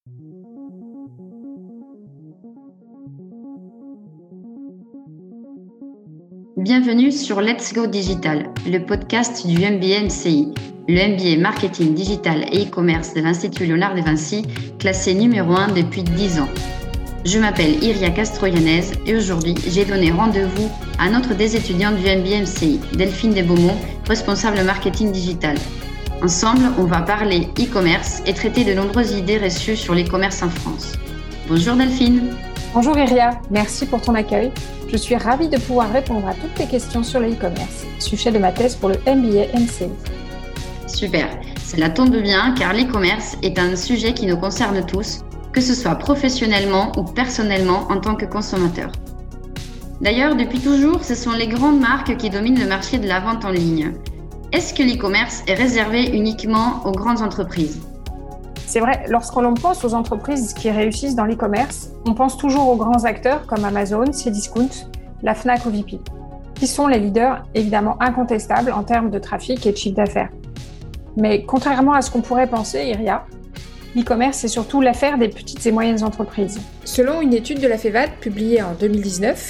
Bienvenue sur Let's Go Digital, le podcast du MBA MCI, le MBA Marketing Digital et E-commerce de l'Institut Léonard de Vinci, classé numéro 1 depuis 10 ans. Je m'appelle Iria Castroyanez et aujourd'hui, j'ai donné rendez-vous à notre des étudiantes du MBA MCI, Delphine Desbeaumont, responsable marketing digital. Ensemble, on va parler e-commerce et traiter de nombreuses idées reçues sur l'e-commerce en France. Bonjour Delphine. Bonjour Iria, merci pour ton accueil. Je suis ravie de pouvoir répondre à toutes tes questions sur le e-commerce, sujet de ma thèse pour le MBA MCI. Super, cela tombe bien car l'e-commerce est un sujet qui nous concerne tous, que ce soit professionnellement ou personnellement en tant que consommateur. D'ailleurs, depuis toujours, ce sont les grandes marques qui dominent le marché de la vente en ligne. Est-ce que l'e-commerce est réservé uniquement aux grandes entreprises ? C'est vrai, lorsque l'on pense aux entreprises qui réussissent dans l'e-commerce, on pense toujours aux grands acteurs comme Amazon, Cdiscount, la Fnac ou Vip, qui sont les leaders évidemment incontestables en termes de trafic et de chiffre d'affaires. Mais contrairement à ce qu'on pourrait penser, Iria, l'e-commerce est surtout l'affaire des petites et moyennes entreprises. Selon une étude de la FEVAD publiée en 2019,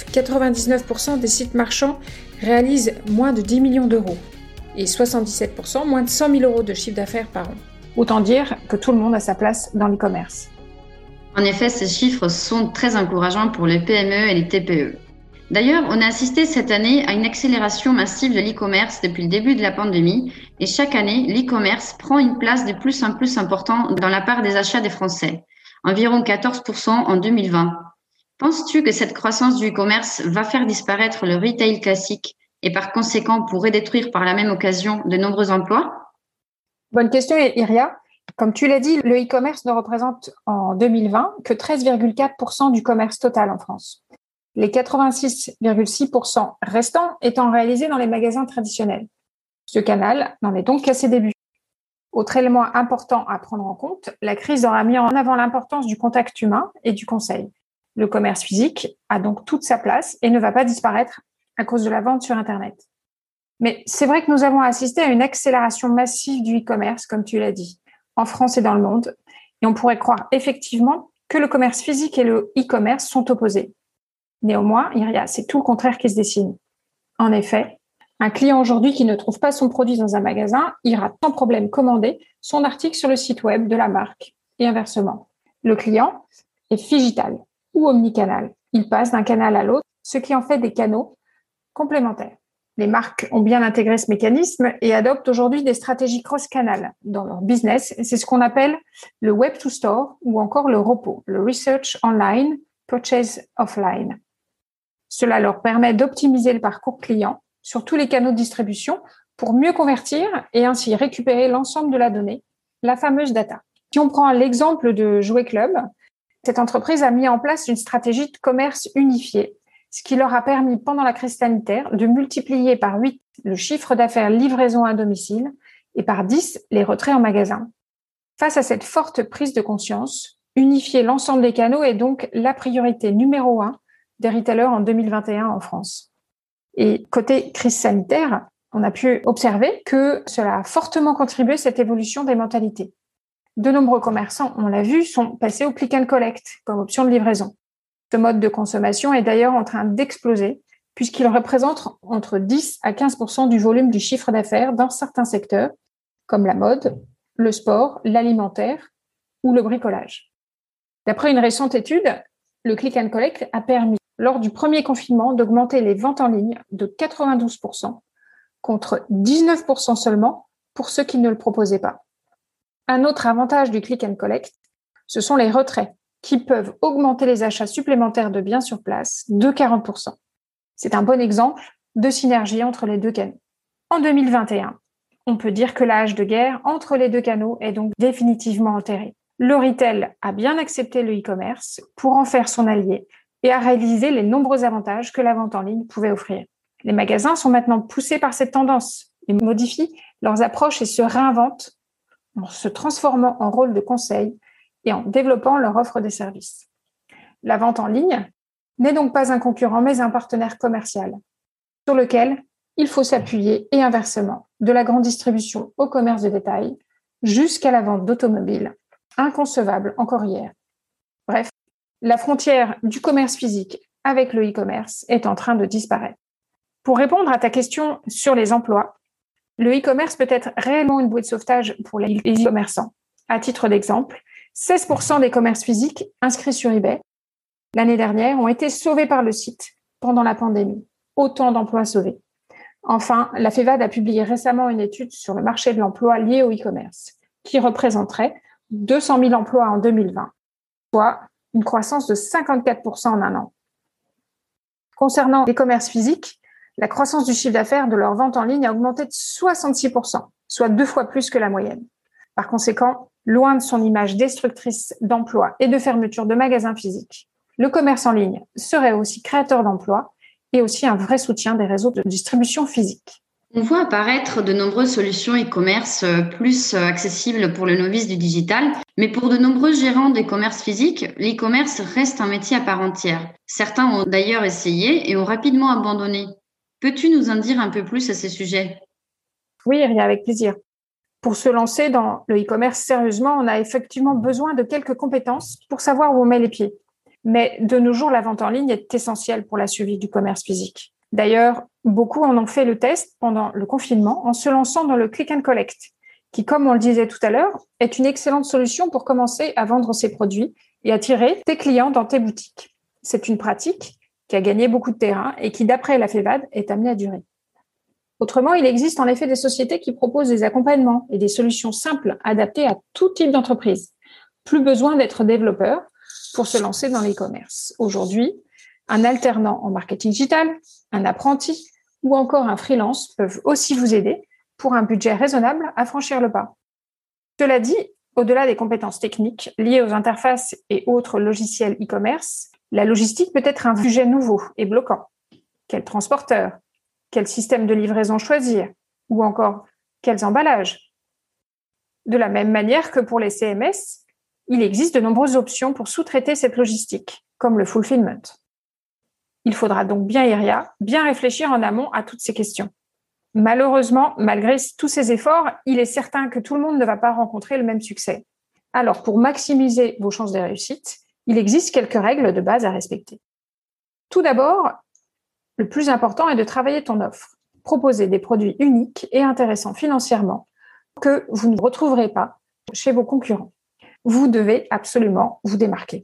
99% des sites marchands réalisent moins de 10 millions d'euros et 77% moins de 100 000 euros de chiffre d'affaires par an. Autant dire que tout le monde a sa place dans l'e-commerce. En effet, ces chiffres sont très encourageants pour les PME et les TPE. D'ailleurs, on a assisté cette année à une accélération massive de l'e-commerce depuis le début de la pandémie et chaque année, l'e-commerce prend une place de plus en plus importante dans la part des achats des Français, environ 14% en 2020. Penses-tu que cette croissance du e-commerce va faire disparaître le retail classique et par conséquent pourrait détruire par la même occasion de nombreux emplois ? Bonne question, Iria. Comme tu l'as dit, le e-commerce ne représente en 2020 que 13,4% du commerce total en France. Les 86,6% restants étant réalisés dans les magasins traditionnels. Ce canal n'en est donc qu'à ses débuts. Autre élément important à prendre en compte, la crise aura mis en avant l'importance du contact humain et du conseil. Le commerce physique a donc toute sa place et ne va pas disparaître à cause de la vente sur Internet. Mais c'est vrai que nous avons assisté à une accélération massive du e-commerce, comme tu l'as dit, en France et dans le monde. Et on pourrait croire effectivement que le commerce physique et le e-commerce sont opposés. Néanmoins, Iria, c'est tout le contraire qui se dessine. En effet, un client aujourd'hui qui ne trouve pas son produit dans un magasin ira sans problème commander son article sur le site web de la marque et inversement. Le client est phygital ou omnicanal. Il passe d'un canal à l'autre, ce qui en fait des canaux complémentaires. Les marques ont bien intégré ce mécanisme et adoptent aujourd'hui des stratégies cross-canal dans leur business. C'est ce qu'on appelle le Web to Store ou encore le ROPO, le Research Online, Purchase Offline. Cela leur permet d'optimiser le parcours client sur tous les canaux de distribution pour mieux convertir et ainsi récupérer l'ensemble de la donnée, la fameuse data. Si on prend l'exemple de Jouet Club, cette entreprise a mis en place une stratégie de commerce unifiée, ce qui leur a permis, pendant la crise sanitaire, de multiplier par 8 le chiffre d'affaires livraison à domicile et par 10 les retraits en magasin. Face à cette forte prise de conscience, unifier l'ensemble des canaux est donc la priorité numéro 1 des retailers en 2021 en France. Et côté crise sanitaire, on a pu observer que cela a fortement contribué à cette évolution des mentalités. De nombreux commerçants, on l'a vu, sont passés au click and collect comme option de livraison. Ce mode de consommation est d'ailleurs en train d'exploser puisqu'il représente entre 10 à 15% du volume du chiffre d'affaires dans certains secteurs comme la mode, le sport, l'alimentaire ou le bricolage. D'après une récente étude, le click and collect a permis, lors du premier confinement, d'augmenter les ventes en ligne de 92% contre 19% seulement pour ceux qui ne le proposaient pas. Un autre avantage du click and collect, ce sont les retraits, qui peuvent augmenter les achats supplémentaires de biens sur place de 40%. C'est un bon exemple de synergie entre les deux canaux. En 2021, on peut dire que l'âge de guerre entre les deux canaux est donc définitivement enterré. Le retail a bien accepté le e-commerce pour en faire son allié et a réalisé les nombreux avantages que la vente en ligne pouvait offrir. Les magasins sont maintenant poussés par cette tendance et modifient leurs approches et se réinventent en se transformant en rôle de conseil et en développant leur offre de services. La vente en ligne n'est donc pas un concurrent, mais un partenaire commercial sur lequel il faut s'appuyer et inversement, de la grande distribution au commerce de détail jusqu'à la vente d'automobiles inconcevable encore hier. Bref, la frontière du commerce physique avec le e-commerce est en train de disparaître. Pour répondre à ta question sur les emplois, le e-commerce peut être réellement une bouée de sauvetage pour les e-commerçants. À titre d'exemple, 16% des commerces physiques inscrits sur eBay l'année dernière ont été sauvés par le site pendant la pandémie. Autant d'emplois sauvés. Enfin, la FEVAD a publié récemment une étude sur le marché de l'emploi lié au e-commerce, qui représenterait 200 000 emplois en 2020, soit une croissance de 54% en un an. Concernant les commerces physiques, la croissance du chiffre d'affaires de leur vente en ligne a augmenté de 66%, soit 2 fois plus que la moyenne. Par conséquent, loin de son image destructrice d'emplois et de fermeture de magasins physiques, le commerce en ligne serait aussi créateur d'emplois et aussi un vrai soutien des réseaux de distribution physique. On voit apparaître de nombreuses solutions e-commerce plus accessibles pour le novice du digital, mais pour de nombreux gérants des commerces physiques, l'e-commerce reste un métier à part entière. Certains ont d'ailleurs essayé et ont rapidement abandonné. Peux-tu nous en dire un peu plus à ces sujets ? Oui, Iria, avec plaisir. Pour se lancer dans le e-commerce sérieusement, on a effectivement besoin de quelques compétences pour savoir où on met les pieds. Mais de nos jours, la vente en ligne est essentielle pour la survie du commerce physique. D'ailleurs, beaucoup en ont fait le test pendant le confinement en se lançant dans le click and collect, qui, comme on le disait tout à l'heure, est une excellente solution pour commencer à vendre ses produits et attirer tes clients dans tes boutiques. C'est une pratique qui a gagné beaucoup de terrain et qui, d'après la FEVAD, est amenée à durer. Autrement, il existe en effet des sociétés qui proposent des accompagnements et des solutions simples adaptées à tout type d'entreprise. Plus besoin d'être développeur pour se lancer dans l'e-commerce. Aujourd'hui, un alternant en marketing digital, un apprenti ou encore un freelance peuvent aussi vous aider pour un budget raisonnable à franchir le pas. Cela dit, au-delà des compétences techniques liées aux interfaces et autres logiciels e-commerce, la logistique peut être un sujet nouveau et bloquant. Quel transporteur ? Quel système de livraison choisir? Ou encore, quels emballages? De la même manière que pour les CMS, il existe de nombreuses options pour sous-traiter cette logistique, comme le fulfillment. Il faudra donc bien réfléchir en amont à toutes ces questions. Malheureusement, malgré tous ces efforts, il est certain que tout le monde ne va pas rencontrer le même succès. Alors, pour maximiser vos chances de réussite, il existe quelques règles de base à respecter. Tout d'abord, le plus important est de travailler ton offre. Proposer des produits uniques et intéressants financièrement que vous ne retrouverez pas chez vos concurrents. Vous devez absolument vous démarquer.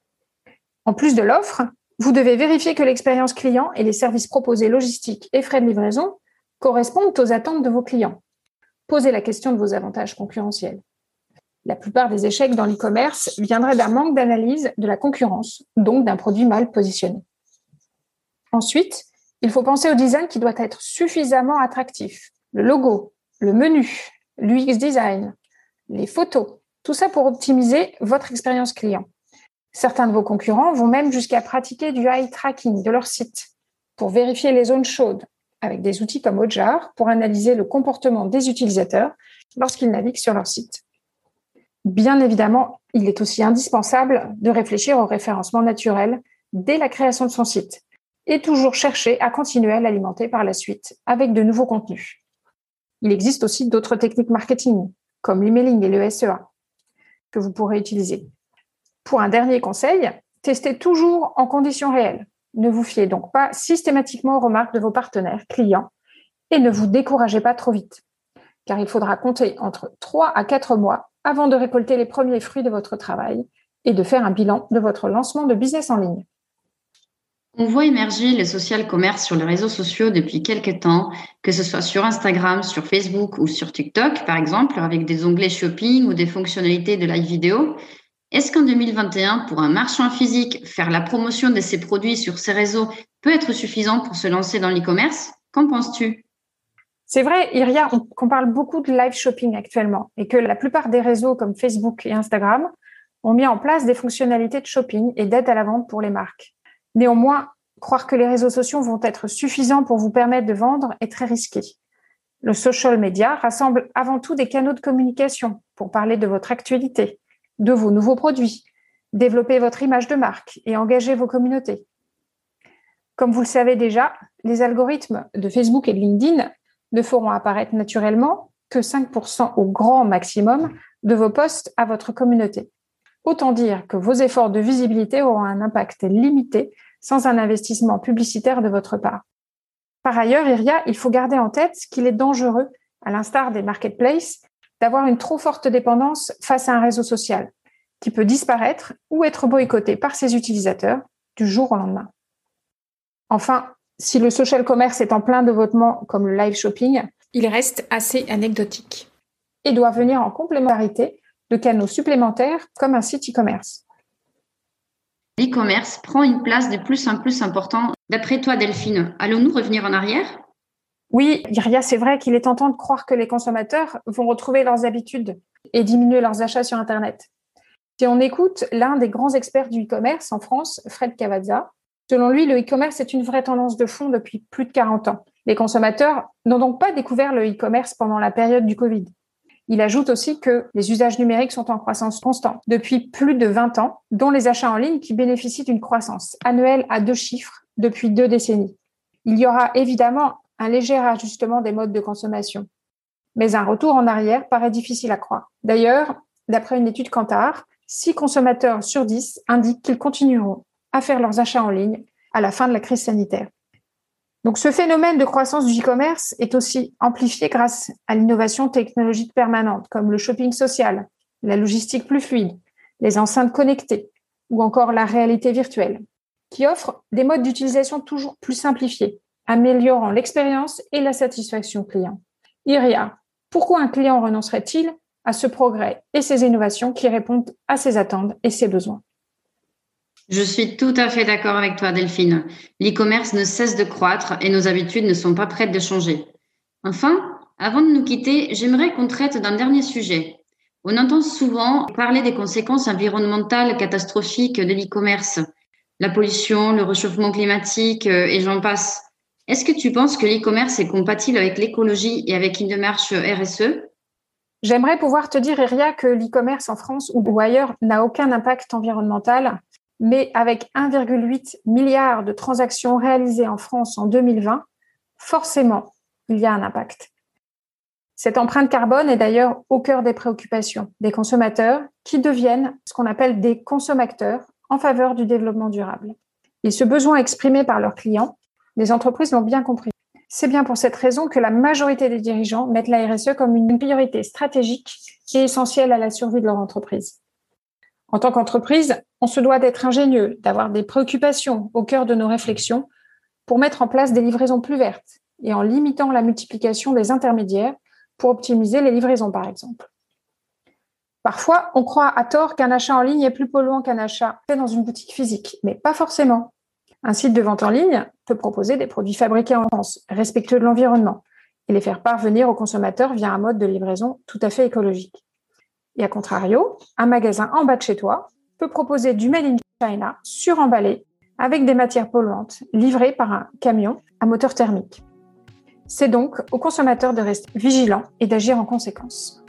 En plus de l'offre, vous devez vérifier que l'expérience client et les services proposés logistiques et frais de livraison correspondent aux attentes de vos clients. Posez la question de vos avantages concurrentiels. La plupart des échecs dans l'e-commerce viendraient d'un manque d'analyse de la concurrence, donc d'un produit mal positionné. Ensuite, il faut penser au design qui doit être suffisamment attractif. Le logo, le menu, l'UX design, les photos, tout ça pour optimiser votre expérience client. Certains de vos concurrents vont même jusqu'à pratiquer du eye tracking de leur site pour vérifier les zones chaudes avec des outils comme Hotjar pour analyser le comportement des utilisateurs lorsqu'ils naviguent sur leur site. Bien évidemment, il est aussi indispensable de réfléchir au référencement naturel dès la création de son site et toujours chercher à continuer à l'alimenter par la suite avec de nouveaux contenus. Il existe aussi d'autres techniques marketing, comme l'emailing et le SEA, que vous pourrez utiliser. Pour un dernier conseil, testez toujours en conditions réelles. Ne vous fiez donc pas systématiquement aux remarques de vos partenaires, clients, et ne vous découragez pas trop vite, car il faudra compter entre 3 à 4 mois avant de récolter les premiers fruits de votre travail et de faire un bilan de votre lancement de business en ligne. On voit émerger le social commerce sur les réseaux sociaux depuis quelques temps, que ce soit sur Instagram, sur Facebook ou sur TikTok, par exemple, avec des onglets shopping ou des fonctionnalités de live vidéo. Est-ce qu'en 2021, pour un marchand physique, faire la promotion de ses produits sur ces réseaux peut être suffisant pour se lancer dans l'e-commerce? Qu'en penses-tu? C'est vrai, Iria, qu'on parle beaucoup de live shopping actuellement et que la plupart des réseaux comme Facebook et Instagram ont mis en place des fonctionnalités de shopping et d'aide à la vente pour les marques. Néanmoins, croire que les réseaux sociaux vont être suffisants pour vous permettre de vendre est très risqué. Le social media rassemble avant tout des canaux de communication pour parler de votre actualité, de vos nouveaux produits, développer votre image de marque et engager vos communautés. Comme vous le savez déjà, les algorithmes de Facebook et de LinkedIn ne feront apparaître naturellement que 5% au grand maximum de vos posts à votre communauté. Autant dire que vos efforts de visibilité auront un impact limité sans un investissement publicitaire de votre part. Par ailleurs, Iria, il faut garder en tête qu'il est dangereux, à l'instar des marketplaces, d'avoir une trop forte dépendance face à un réseau social qui peut disparaître ou être boycotté par ses utilisateurs du jour au lendemain. Enfin, si le social commerce est en plein développement comme le live shopping, il reste assez anecdotique et doit venir en complémentarité de canaux supplémentaires comme un site e-commerce. L'e-commerce prend une place de plus en plus importante. D'après toi, Delphine, allons-nous revenir en arrière ? Oui, Iria, c'est vrai qu'il est tentant de croire que les consommateurs vont retrouver leurs habitudes et diminuer leurs achats sur Internet. Si on écoute l'un des grands experts du e-commerce en France, Fred Cavazza, selon lui, le e-commerce est une vraie tendance de fond depuis plus de 40 ans. Les consommateurs n'ont donc pas découvert le e-commerce pendant la période du Covid. Il ajoute aussi que les usages numériques sont en croissance constante depuis plus de 20 ans, dont les achats en ligne qui bénéficient d'une croissance annuelle à 2 chiffres depuis 2 décennies. Il y aura évidemment un léger ajustement des modes de consommation, mais un retour en arrière paraît difficile à croire. D'ailleurs, d'après une étude Kantar, 6 consommateurs sur 10 indiquent qu'ils continueront à faire leurs achats en ligne à la fin de la crise sanitaire. Donc, ce phénomène de croissance du e-commerce est aussi amplifié grâce à l'innovation technologique permanente, comme le shopping social, la logistique plus fluide, les enceintes connectées ou encore la réalité virtuelle, qui offrent des modes d'utilisation toujours plus simplifiés, améliorant l'expérience et la satisfaction client. Iria, pourquoi un client renoncerait-il à ce progrès et ces innovations qui répondent à ses attentes et ses besoins ? Je suis tout à fait d'accord avec toi, Delphine. L'e-commerce ne cesse de croître et nos habitudes ne sont pas prêtes de changer. Enfin, avant de nous quitter, j'aimerais qu'on traite d'un dernier sujet. On entend souvent parler des conséquences environnementales catastrophiques de l'e-commerce, la pollution, le réchauffement climatique et j'en passe. Est-ce que tu penses que l'e-commerce est compatible avec l'écologie et avec une démarche RSE ? J'aimerais pouvoir te dire, Iria, que l'e-commerce en France ou ailleurs n'a aucun impact environnemental, mais avec 1,8 milliard de transactions réalisées en France en 2020, forcément, il y a un impact. Cette empreinte carbone est d'ailleurs au cœur des préoccupations des consommateurs qui deviennent ce qu'on appelle des consommateurs en faveur du développement durable. Et ce besoin exprimé par leurs clients, les entreprises l'ont bien compris. C'est bien pour cette raison que la majorité des dirigeants mettent la RSE comme une priorité stratégique et essentielle à la survie de leur entreprise. En tant qu'entreprise, on se doit d'être ingénieux, d'avoir des préoccupations au cœur de nos réflexions pour mettre en place des livraisons plus vertes et en limitant la multiplication des intermédiaires pour optimiser les livraisons, par exemple. Parfois, on croit à tort qu'un achat en ligne est plus polluant qu'un achat fait dans une boutique physique, mais pas forcément. Un site de vente en ligne peut proposer des produits fabriqués en France, respectueux de l'environnement, et les faire parvenir aux consommateurs via un mode de livraison tout à fait écologique. Et à contrario, un magasin en bas de chez toi peut proposer du Made in China suremballé avec des matières polluantes livrées par un camion à moteur thermique. C'est donc aux consommateurs de rester vigilants et d'agir en conséquence.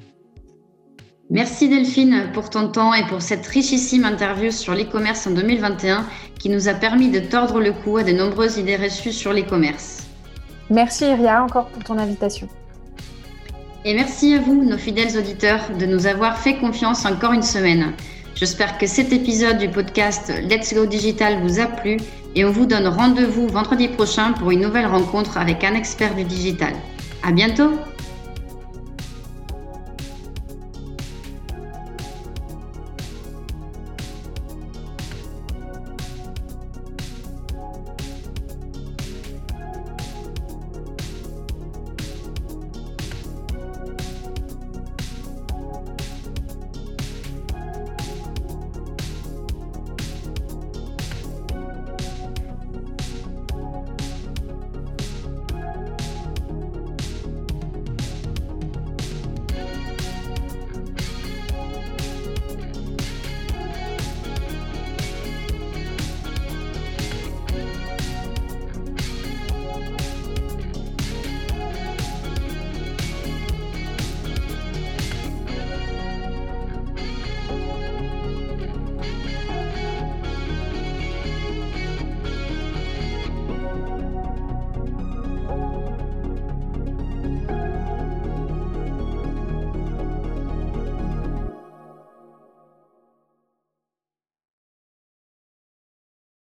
Merci Delphine pour ton temps et pour cette richissime interview sur l'e-commerce en 2021 qui nous a permis de tordre le cou à de nombreuses idées reçues sur l'e-commerce. Merci Iria encore pour ton invitation. Et merci à vous, nos fidèles auditeurs, de nous avoir fait confiance encore une semaine. J'espère que cet épisode du podcast Let's Go Digital vous a plu et on vous donne rendez-vous vendredi prochain pour une nouvelle rencontre avec un expert du digital. À bientôt!